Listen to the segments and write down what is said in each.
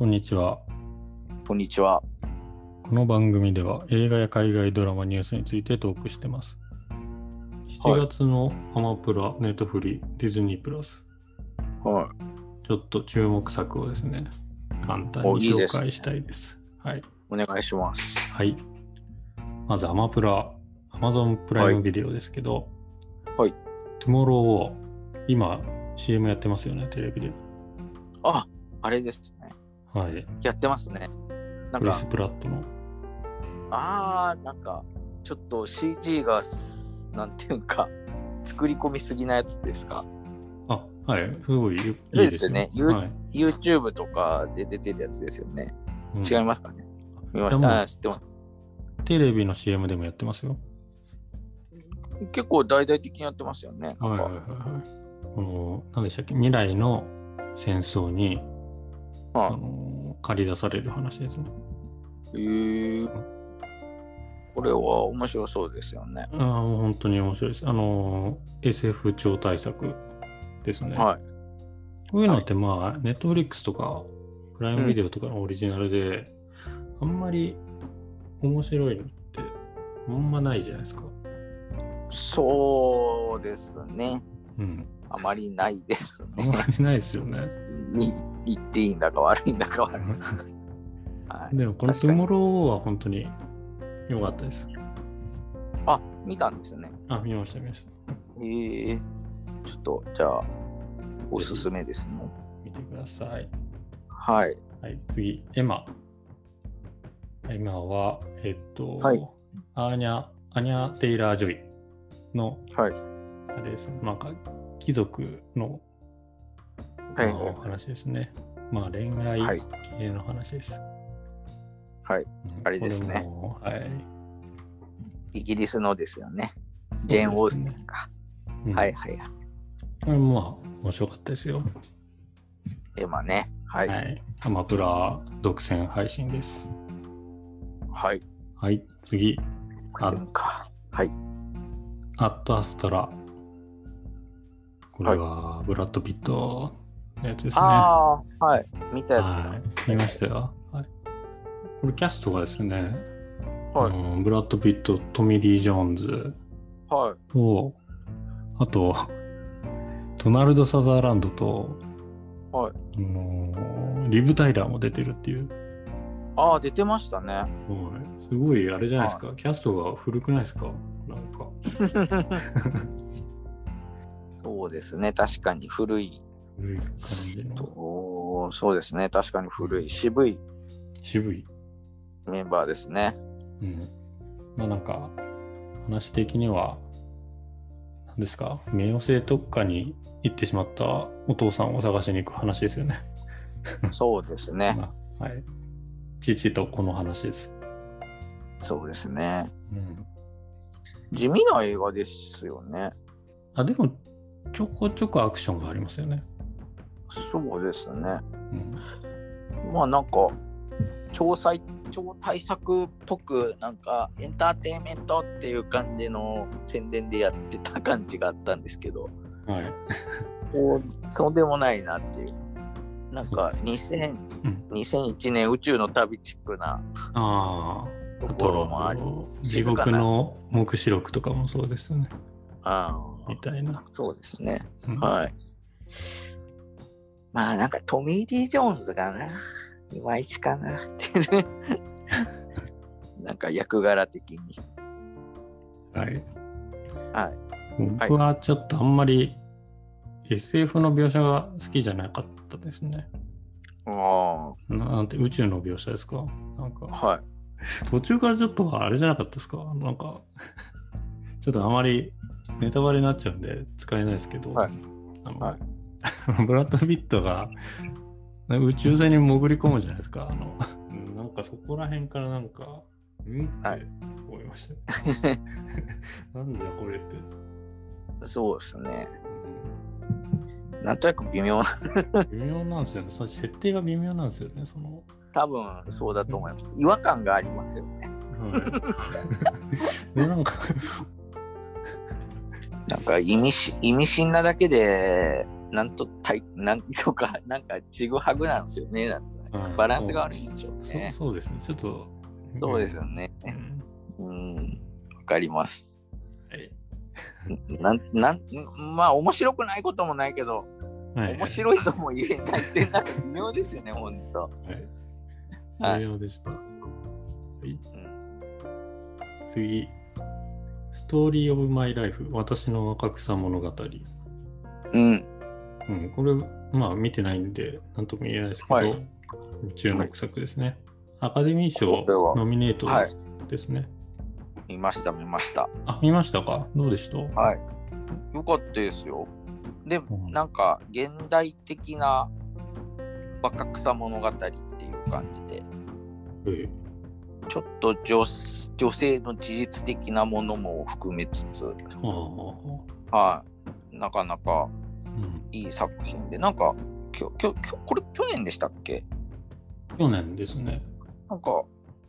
こんにちは。 こんにちは。 この番組では映画や海外ドラマニュースについてトークしてます。7月のアマプラ、ネットフリ、ディズニープラス。 はい。 ちょっと注目作をですね、簡単に紹介したいです。はい。 お願いします。 はい。まずアマプラ、Amazon プライムビデオですけど、 はい。 トゥモローを今 CM やってますよね、テレビで。 あれですね。 はい。 やってますね。 クリス・プラットの。 なんか、ちょっと CG が、なんていうか、作り込みすぎなやつですか？ はい。すごいいいそうでよですすね。 はい。 YouTube とかで出てるやつですよね。違いますかね？見ましいやもうた。知ってます。 テレビの CM でもやってますよ。 結構大々的にやってますよね。なんか、 何でしたっけ、未来の戦争に、 は借り出される話ですね。 これは面白そうですよね。 もう本当に面白いです。SF 超大作ですね。 はい。 こういうのってまあ、Netflix とかプライムビデオとかのオリジナルで、あんまり面白いのってあんまないじゃないですか。 そうですね。 うん。 あまりないですね。 あんまりないですよね。 言っていいんだか悪いんだか悪い。はい、 でもこのトゥモローは本当に良かったです。 見たんですよね。 見ました。 ちょっとじゃあおすすめですね。 見てください。 はい。 はい、次、エマ。エマは、 はい、 アーニャ・テイラー・ジョイの、 はい、 あれですね、なんか貴族の、お話ですね。まあ恋愛系の話です。 はい、あれですね。 はい。 イギリスのですよね。ジェーン・オースティンか。はいはいはい。 これもまあ面白かったですよ。 エマね。はい。 アマプラ独占配信です。 はい。 はい、次。 独占か。はい。 アット・アストラ。これはブラッド・ピットのやつですね。 はい。見たやつだ。見ましたよ。はい。これキャストがですね、ブラッド・ピット、トミー・リー・ジョーンズと、あと、ドナルド・サザーランドと、リブ・タイラーも出てるっていう。 出てましたね。 すごいあれじゃないですか。キャストが古くないですか？なんか。 そうですね。確かに古い感じの。そうですね。確かに古い、渋いメンバーですね。 まあなんか話的には何ですか、冥王星特化に行ってしまったお父さんを探しに行く話ですよね。 そうですね。 はい。父と子の話です。 そうですね。地味な映画ですよね。でもちょこちょこアクションがありますよね。 そうですね。まあなんか超大作っぽくなんかエンターテインメントっていう感じの宣伝でやってた感じがあったんですけど、そうでもないなっていう。なんか2001年宇宙の旅チックなところもあり、 地獄の黙示録とかもそうですよね。みたいな。 そうですね。はい。まあなんかトミー・リー・ジョーンズがいまいちかなってなんか役柄的に。 はい。僕はちょっとあんまり SF の描写が好きじゃなかったですね。なんて宇宙の描写ですか？なんか、途中からちょっとあれじゃなかったですか？なんかちょっとあまりネタバレになっちゃうんで使えないですけど、ブラッド・ピットが宇宙船に潜り込むじゃないですか。なんかそこら辺からなんかって思いました。なんだこれって。 そうですね。なんとなく微妙なんですよね。設定が微妙なんですよね。 多分そうだと思います。違和感がありますよね。なんか意味深なだけでなんとか、なんかちぐはぐなんですよね。なんてバランスが悪いんでしょうね。 そうですね。ちょっと。 そうですよね。わかります。はい。まあ、面白くないこともないけど、面白いとも言えないって、なんか微妙ですよね、ほんと。 はい。微妙でした。はい。次。ストーリーオブマイライフ、私の若草物語。これ、まあ見てないんで、なんとも言えないですけど、注目作ですね。アカデミー賞ノミネートですね。 見ました。 あ、見ましたか？どうでした？ はい。よかったですよ。で、なんか、現代的な若草物語っていう感じで、ちょっと女性の自律的なものも含めつつ、なかなかいい作品で、なんか、これ去年でしたっけ？ 去年ですね。 なんか、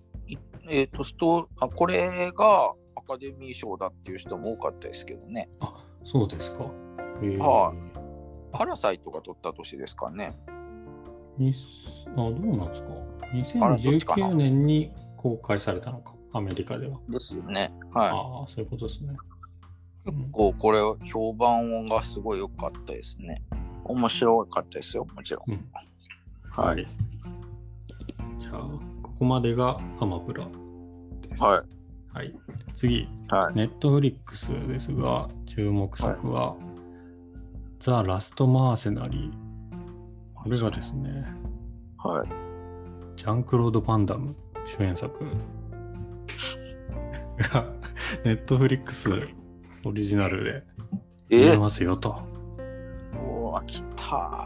これがアカデミー賞だっていう人も多かったですけどね。 あ、そうですか。 パラサイトが取った年ですかね。 どうなんですか。2019年に公開されたのか、アメリカでは。 ですよね。 そういうことですね。 結構これ評判がすごい良かったですね。面白かったですよ、もちろん。 はい。じゃあ、ここまでがアマプラです。はい。次、ネットフリックスですが、注目作は、ザ・ラスト・マーセナリー。これがですね、ジャンクロード・バンダム主演作がネットフリックスオリジナルで見れますよと。 来た。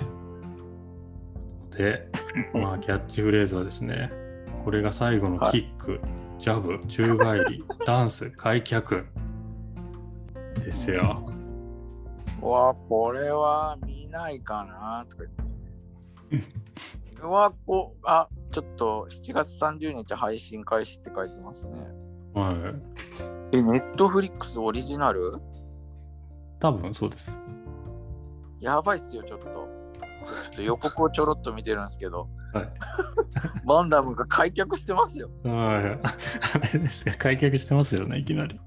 で、まあキャッチフレーズはですね、これが最後のキック、ジャブ、宙返り、ダンス、開脚ですよ。 これは見ないかなとか言って。ちょっと7月30日配信開始って書いてますね。ネットフリックスオリジナル？ 多分そうです。 やばいっすよ、ちょっと予告をちょろっと見てるんですけど、バンダムが開脚してますよ。 あれですか、開脚してますよね、いきなり。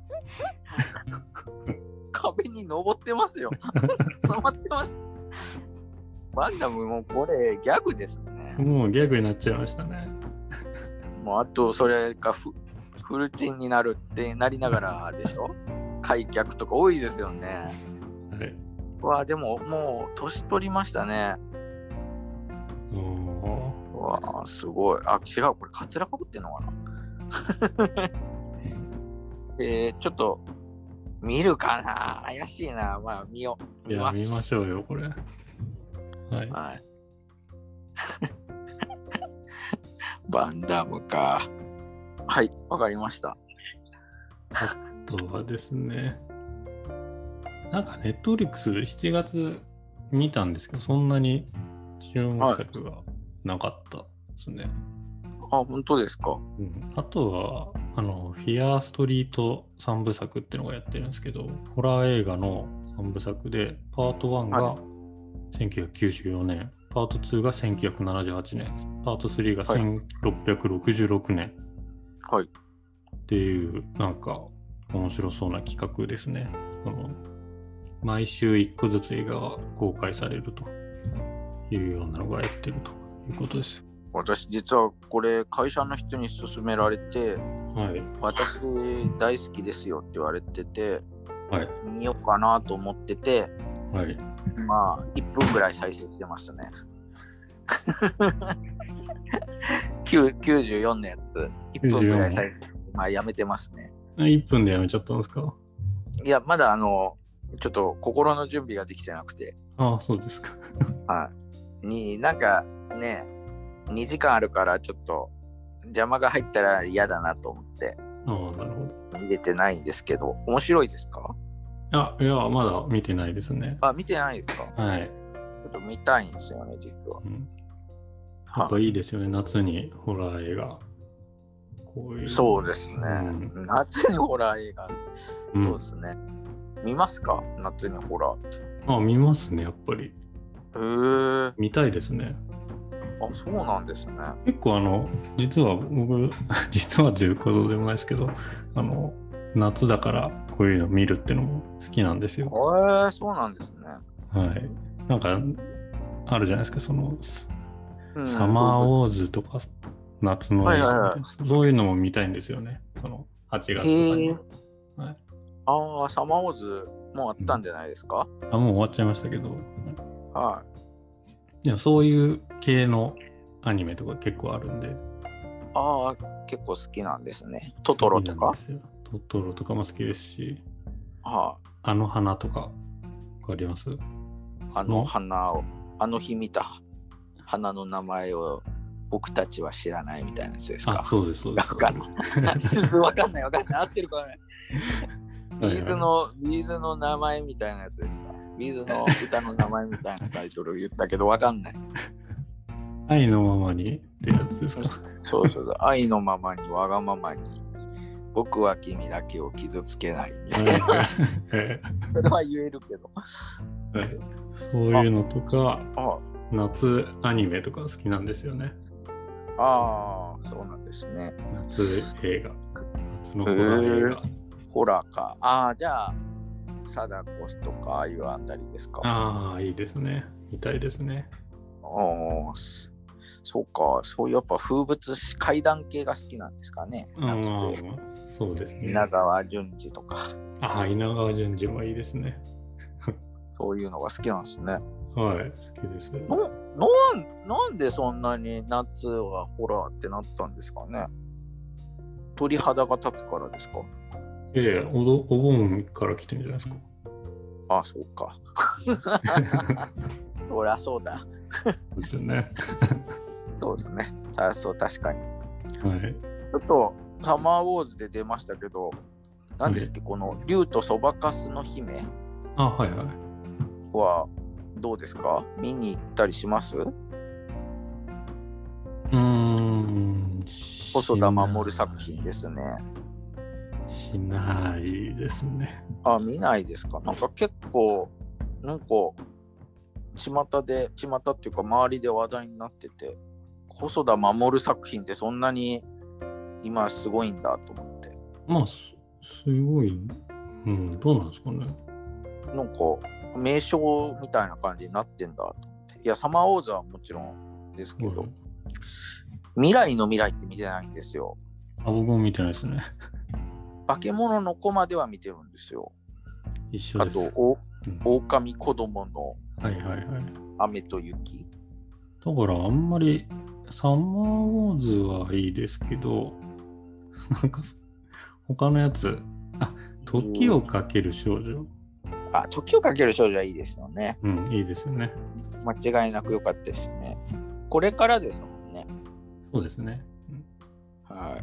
壁に登ってますよ。染まってます。バンダムもこれギャグですね。 もうギャグになっちゃいましたね。 もうあとそれがフルチンになるってなりながらでしょ。開脚とか多いですよね。でももう年取りましたね。すごい。違う、これカツラかぶってんのかな。ちょっっと見るかな、怪しいな。まあ見よう。 見ましょうよこれ。 バンダムか。はい、わかりました。 あとはですね、なんかネットフリックス7月見たんですけど、そんなに注目作がなかったですね。 本当ですか。 あとはフィアーストリート3部作っていうのがやってるんですけど、ホラー映画の3部作で、パート1が1994年、パート2が1978年、パート3が1666年。っていう、なんか面白そうな企画ですね。毎週1個ずつ映画が公開されるというようなのがやってるということです。 私実はこれ会社の人に勧められて、私大好きですよって言われてて、見ようかなと思ってて、まあ1分ぐらい再生してましたね。94のやつ1分ぐらい再生して、まあやめてますね。 1分でやめちゃったんですか？ いや、まだちょっと心の準備ができてなくて。 そうですか。 なんかね、2時間あるからちょっと邪魔が入ったら嫌だなと思って。 なるほど。 入れてないんですけど、面白いですか？ いや、まだ見てないですね。 見てないですか？ちょっと見たいんですよね、実は。 やっぱいいですよね、夏にホラー映画。こういう。 そうですね。夏にホラー映画。そうですね。見ますか？夏にホラーって。 見ますね、やっぱり。見たいですね。 あ、そうなんですね。 結構実は僕、実はということでもないですけど、夏だからこういうの見るってのも好きなんですよ。 そうなんですね。 はい。なんか、あるじゃないですか、サマーウォーズとか、夏の映画みたいな、そういうのも見たいんですよね。8月とかに。はい、 サマーウォーズもうあったんじゃないですか？ もう終わっちゃいましたけど。 はい。 いや、そういう系のアニメとか結構あるんで。 結構好きなんですね。トトロとか？ トトロとかも好きですし、 花とか、わかります？ 花を、日見た花の名前を僕たちは知らないみたいなやつですか？ そうです、そうです。 わかんない。合ってるかね。ビーズの名前みたいなやつですか？ビーズの歌の名前みたいなタイトルを言ったけどわかんない。 愛のままにってやつですか？ そう。愛のままにわがままに僕は君だけを傷つけないみたいな。それは言えるけど。 そういうのとか、夏アニメとか好きなんですよね。 そうなんですね。 夏映画。夏のホラー映画。 ホラーか。じゃあ、貞子とかああいうあたりですか？ いいですね。見たいですね。 そうか。そういうやっぱ風物詩、怪談系が好きなんですかね。 そうですね。 稲川淳二とか。 稲川淳二もいいですね。 そういうのが好きなんですね。 はい、好きです。 なんでそんなに夏はホラーってなったんですかね？鳥肌が立つからですか？ お盆から来てるんじゃないですか。 そうか。そりゃそうだ。 ですよね。 そうですね。そう、確かに。 はい。 ちょっとサマーウォーズで出ましたけど、何ですっけ、この竜とそばかすの姫はどうですか？見に行ったりします？細田守作品ですね。 しないですね。 見ないですか？なんか結構巷っていうか周りで話題になってて、細田守作品ってそんなに今すごいんだと思って。 すごい、どうなんですかね。 なんか名称みたいな感じになってんだと思って。いや、サマーウォーズはもちろんですけど、未来の未来って見てないんですよ。 僕も見てないですね。 化け物の子までは見てるんですよ。 一緒です。 あと、狼子供の雨と雪。 だからあんまりサマーウォーズはいいですけど、なんか他のやつ、時をかける少女。 時をかける少女はいいですよね。 いいですよね。 間違いなく良かったですね。これからですもんね。 そうですね。 はい。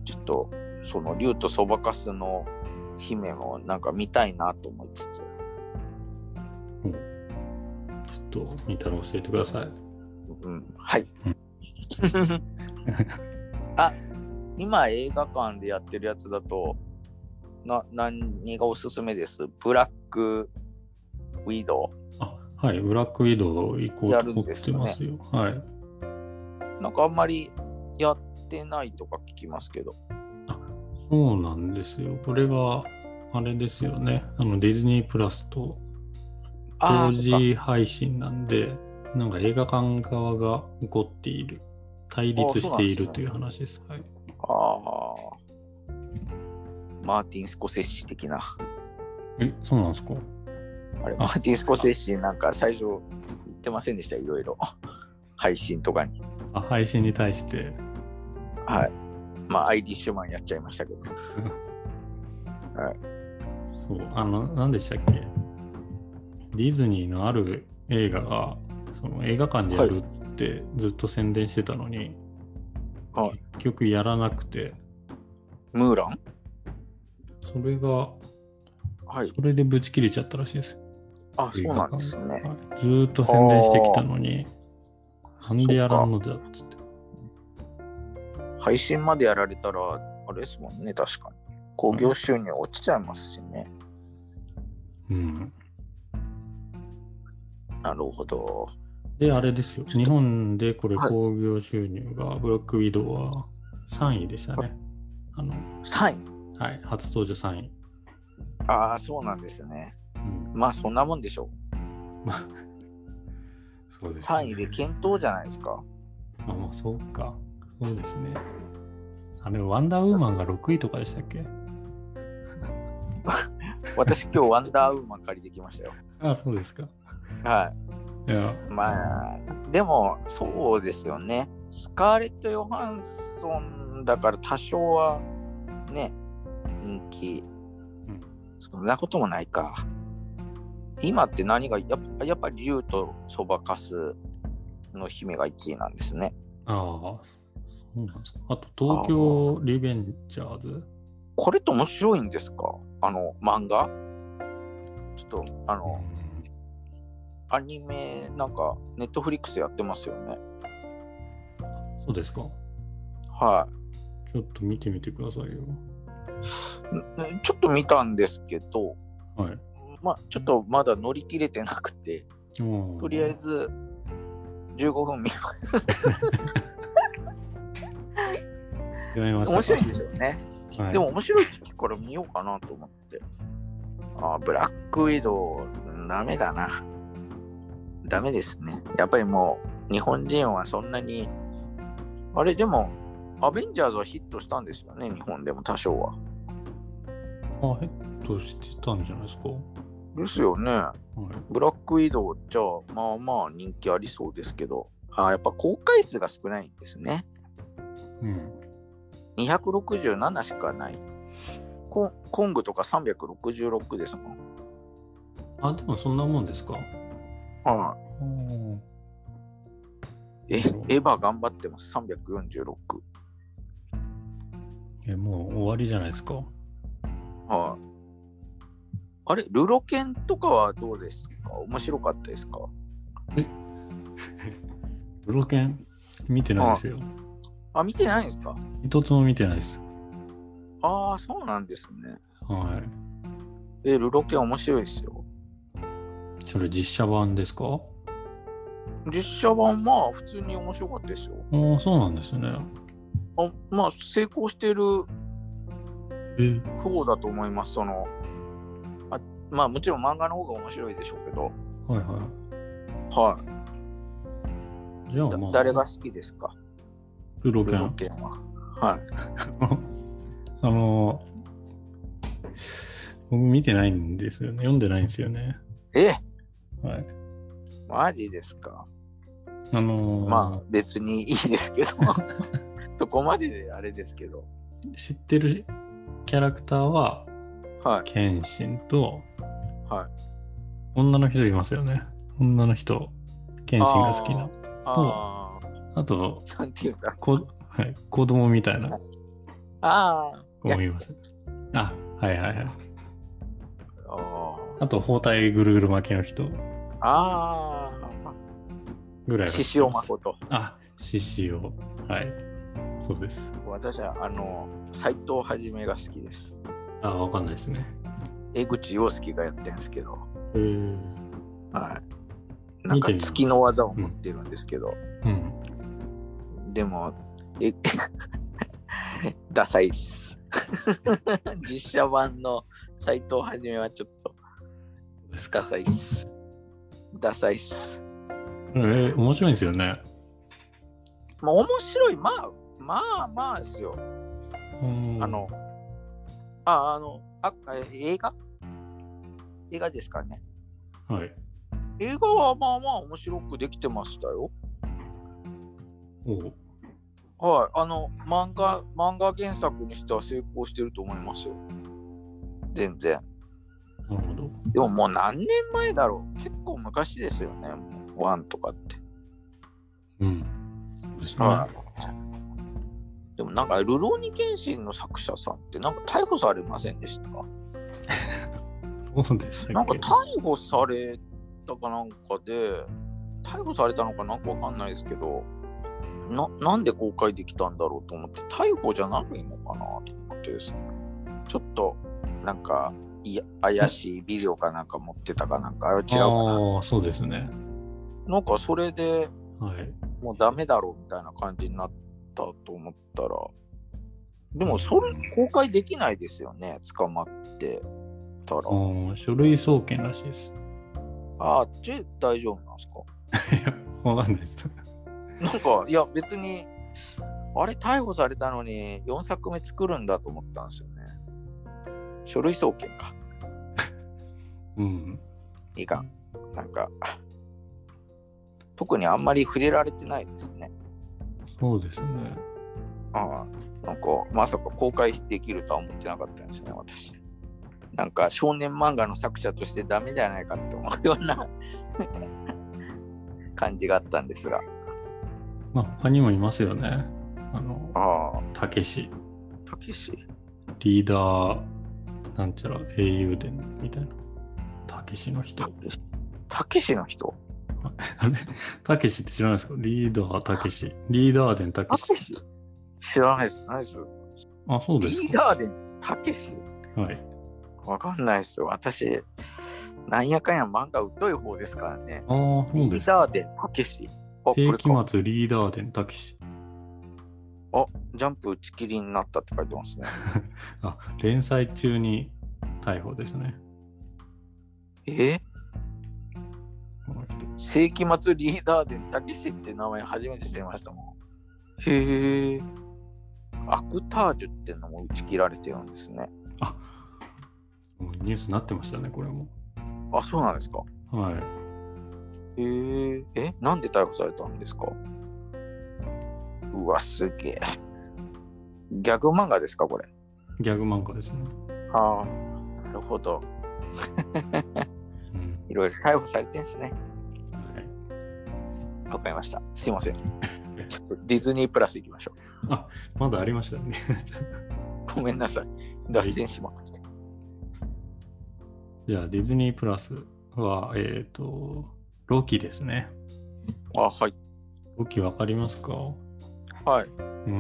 ちょっとその竜とそばかすの姫もなんか見たいなと思いつつ。 ちょっと見たら教えてください。 はい。今映画館でやってるやつだと何がおすすめです？ブラックウィドウ。 ブラックウィドウ行こうと思ってますよ。 なんかあんまりやってないとか聞きますけど。 そうなんですよ。これがあれですよね。ディズニープラスと同時配信なんで、なんか映画館側が怒っている、対立しているという話です。 マーティン・スコセッシ的な。 そうなんですか？ マーティン・スコセッシなんか最初言ってませんでした？いろいろ配信とかに。 配信に対して。 アイリッシュマンやっちゃいましたけど。 そう、何でしたっけ？ディズニーのある映画が、その映画館でやるってずっと宣伝してたのに、結局やらなくて。 ムーラン？ それが、それでブチ切れちゃったらしいです。 そうなんですね。 ずっと宣伝してきたのに、なんでやらんのだっつって。 配信までやられたら、あれですもんね、確かに。興行収入落ちちゃいますしね。 なるほど。 で、あれですよ。日本でこれ興行収入が、ブラックウィドウは3位でしたね。 3 位？はい、初登場3位。 ああ、そうなんですね。まあ、そんなもんでしょう。そうですね。3位で検討じゃないですか。 まあ、そうか。そうですね。ワンダーウーマンが6位とかでしたっけ？ 私今日ワンダーウーマン借りてきましたよ。 ああ、そうですか。 はい。いや、まあ、でもそうですよね。スカーレット・ヨハンソンだから多少はね、人気、そんなこともないか。今って何がやっぱり竜とそばかすの姫が1位なんですね。 ああ、そうなんですか。あと東京リベンジャーズ。 これって面白いんですか？漫画ちょっとアニメなんかネットフリックスやってますよね。 そうですか。 はい。 ちょっと見てみてくださいよ。 ちょっと見たんですけど、 はい。 まあちょっとまだ乗り切れてなくて、とりあえず15分見ます。面白いんですよね。はい、でも面白い時から見ようかなと思って。ブラックウィドウダメだな。ダメですね。やっぱりもう日本人はそんなにあれでもアベンジャーズはヒットしたんですよね。日本でも多少は。 ヒットしてたんじゃないですか。 ですよね。はい、ブラックウィドウじゃあまあまあ人気ありそうですけど、やっぱ公開数が少ないんですね。267しかない。コングとか366ですもん。 でもそんなもんですか。 はい。エヴァ頑張ってます。346。 もう終わりじゃないですか。 はい。あれ、ルロケンとかはどうですか？面白かったですか？ ルロケン見てないですよ。 見てないんですか？ 一つも見てないです。 そうなんですね。 はい。 ルロケン面白いですよ。 それ実写版ですか？ 実写版まあ普通に面白かったですよ。 そうなんですね。 まあ成功してる方だと思います。まあもちろん漫画の方が面白いでしょうけど。 はいはい。はい。じゃあ誰が好きですか？ ルロケンは。はい。 僕見てないんですよね。読んでないんですよね。はい。 マジですか？まあ別にいいですけどそこまでであれですけど、 知ってるキャラクターは、 はい、 謙信と、 はい、 女の人いますよね。女の人、謙信が好きなと、あとなんていうか子供みたいな子もいます。はいはいはい。あと包帯ぐるぐる巻きの人ぐらい。 獅子王誠。 獅子王。はい。そうです。 私は斎藤はじめが好きです。 わかんないですね。 江口洋介がやってるんですけど。はい。なんか月の技を持ってるんですけど。でもダサいっす。実写版の斎藤はじめはちょっとダサいっす。ダサいっす。 面白いんですよね。 面白い。まあですよ。映画ですかね。 はい。 映画はまあまあ面白くできてましたよ。はい。漫画原作にしては成功してると思いますよ。全然。 なるほど。 でももう何年前だろう。結構昔ですよね。ワンとかって。 ですね。 はい。でもなんか、ルローニケンシンの作者さんってなんか逮捕されませんでしたか？ そうでしたっけ？ なんか逮捕されたかなんかで、逮捕されたのかなんかわかんないですけど、なんで公開できたんだろうと思って、逮捕じゃないのかなと思ってですね。ちょっとなんか怪しいビデオかなんか持ってたかなんか、違うかな。 そうですね。 なんかそれで、 はい、 もうダメだろうみたいな感じになったと思ったら、でもそれ公開できないですよね、捕まってたら。 書類送検らしいです。 ああ、じゃあ大丈夫なんですか？ いや、わかんないです。 なんか、いや別に、あれ逮捕されたのに4作目作るんだと思ったんですよね。書類送検か。 うん。 いかん。なんか、特にあんまり触れられてないですね。 そうですね。 ああ、なんか、まさか公開できるとは思ってなかったんですね、私。なんか、少年漫画の作者としてダメじゃないかって思うような感じがあったんですが。 まあ、他にもいますよね。たけし。 たけしリーダー、なんちゃら、英雄伝みたいな。たけしの人。 たけしの人あれたけしって知らないですか？リーダーたけし。リーダー伝たけし。 知らないです。ないです。 あ、そうですか。 リーダー伝たけし。 はい。 わかんないですよ。私、なんやかんや漫画疎い方ですからね。 ああ、そうですか。 リーダー伝たけし。 世紀末リーダー伝たけし。 あ、ジャンプ打ち切りになったって書いてますね。 あ、連載中に逮捕ですね。 世紀末リーダー伝たけしって名前初めて知りましたもん。へえ。アクタージュってのも打ち切られてるんですね。 あ、ニュースになってましたね、これも。 あ、そうなんですか。 はい。 なんで逮捕されたんですか？うわ、すげえ。ギャグ漫画ですか、これ。 ギャグ漫画ですね。 ああ、なるほど。いろいろ逮捕されてんですね。はい。わかりました。すいません。ちょっとディズニープラス行きましょう。あ、まだありましたね。 ごめんなさい。脱線しまくって。 じゃあ、ディズニープラスは、ロキですね。 あ、はい。 ロキわかりますか？ はい。 うん。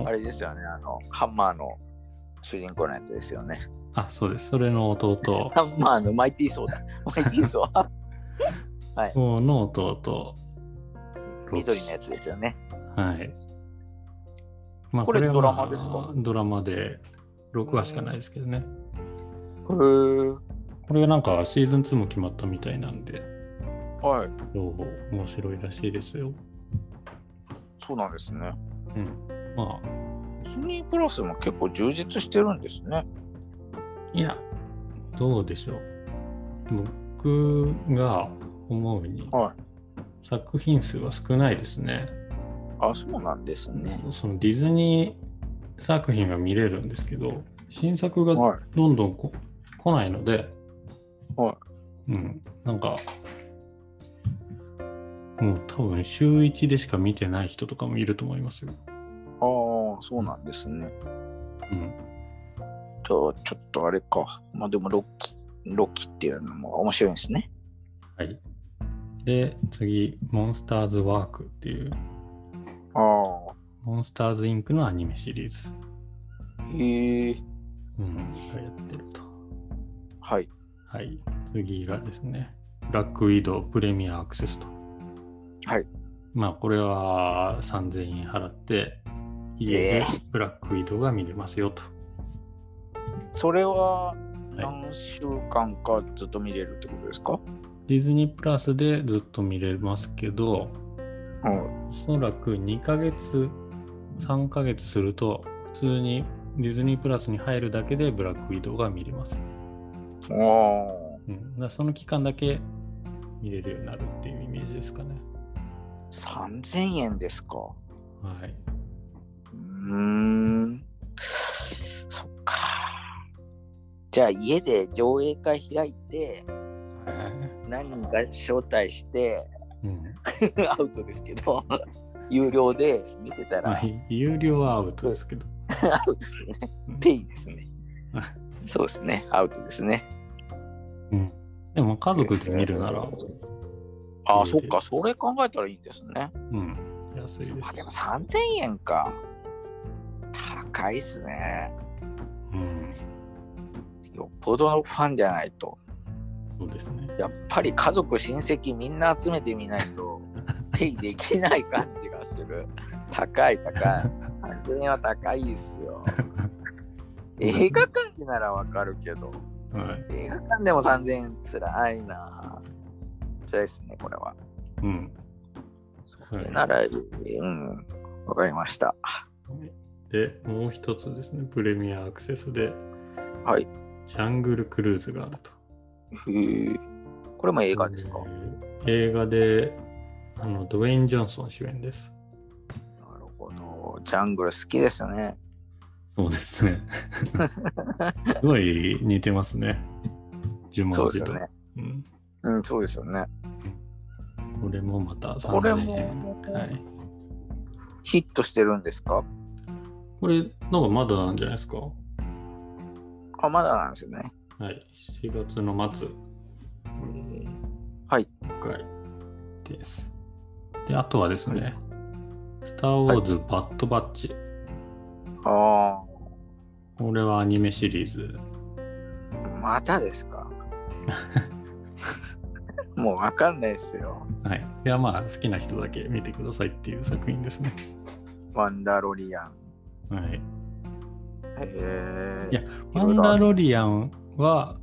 あれですよね。ハンマーの主人公のやつですよね。 あ、そうです。それの弟。 ハンマーのマイティーソーだ。マイティーソー。はい。 の弟。 緑のやつですよね。 はい。まあ、 これドラマですか？ ドラマで6話しかないですけどね。 これがなんかシーズン2も決まったみたいなんで。 はい。 面白いらしいですよ。 そうなんですね。 うん。まあ。 ディズニープラスも結構充実してるんですね。 いや、どうでしょう。僕が思うに、作品数は少ないですね。 あ、そうなんですね。 そのディズニー作品は見れるんですけど、新作がどんどん来ないので、なんか、もう多分週1でしか見てない人とかもいると思いますよ。 ああ、そうなんですね。ちょっとあれか。まあでもロキっていうのも面白いですね。 はい。で、次、モンスターズワークっていう、モンスターズインクのアニメシリーズ。 へえ。 がやってると。 はい。 はい。次がですね、ブラックウィドウプレミアアクセスと。 はい。 まあ、これは3000円払って、家でブラックウィドウが見れますよと。 それは何週間かずっと見れるってことですか？ ディズニープラスでずっと見れますけど、おそらく2ヶ月、3ヶ月すると、普通にディズニープラスに入るだけでブラックウィドウが見れます。だその期間だけ見れるようになるっていうイメージですかね。 3000円ですか？ はい。 そっか。じゃあ家で上映会開いて、何人か招待して、アウトですけど、有料で見せたら。 有料はアウトですけど。 アウトですね。ペイですね。そうですね。アウトですね。 でも家族で見るなら。 ああ、そっか。それ考えたらいいんですね。 安いです。 でも3000円か。高いっすね。よっぽどのファンじゃないと。 そうですね。 やっぱり家族、親戚みんな集めてみないとペイできない感じがする。高い。3000円は高いですよ。映画館ならわかるけど、 はい、 映画館でも3000円つらいな。つらいですね、これは。 うん。 それなら、わかりました。 で、もう一つですね、プレミアアクセスで、 はい。 ジャングルクルーズがあると。 これも映画ですか？ 映画で、ドウェイン・ジョンソン主演です。 なるほど。ジャングル好きですね。 そうですね。すごい似てますね。呪文字と。 そうですよね。そうですよね。 これもまた 3000 円。はい。 ヒットしてるんですか？ これ、なんかまだなんじゃないですか？ まだなんですね。 はい。4月の末。 はい。 公開です。で、あとはですね、スター・ウォーズ・バッド・バッチ。これはアニメシリーズ。 またですか？もうわかんないですよ。 はい。いや、まあ、好きな人だけ見てくださいっていう作品ですね。 ワンダロリアン。 はい。 いや、ワンダロリアンは、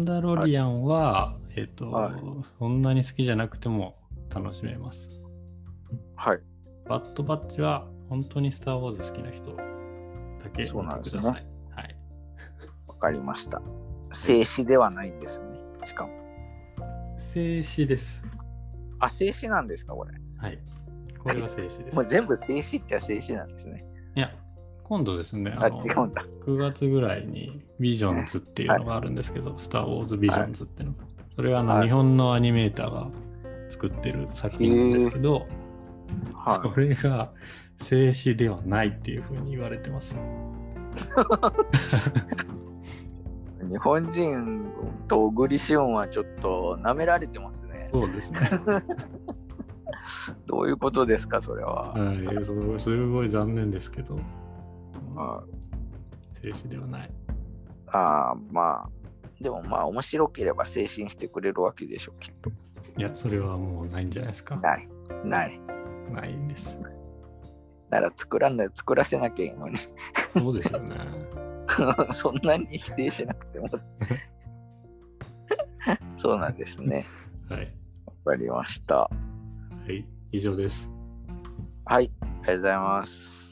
そんなに好きじゃなくても楽しめます。 はい。 バッドバッチは、本当にスター・ウォーズ好きな人だけ見てください。はい。 わかりました。静止ではないんですね。しかも。 静止です。 静止なんですか、これ。 はい。これは静止です。 もう全部静止っては静止なんですね。 いや、今度ですね、 違うんだ。 9月ぐらいにビジョンズっていうのがあるんですけど、スター・ウォーズ・ビジョンズっていうのが。それは日本のアニメーターが作ってる作品なんですけど、それが静止ではないっていうふうに言われてます。 日本人と小栗旬はちょっと舐められてますね。 そうですね。 どういうことですか、それは。 すごい残念ですけど、静止ではない。 でも面白ければ静止してくれるわけでしょ、きっと。 いや、それはもうないんじゃないですか。 ないんです。 なら作らせなきゃいいのに。 そうですよね。 そんなに否定しなくても。そうなんですね。 はい。 わかりました。はい、以上です。 はい、ありがとうございます。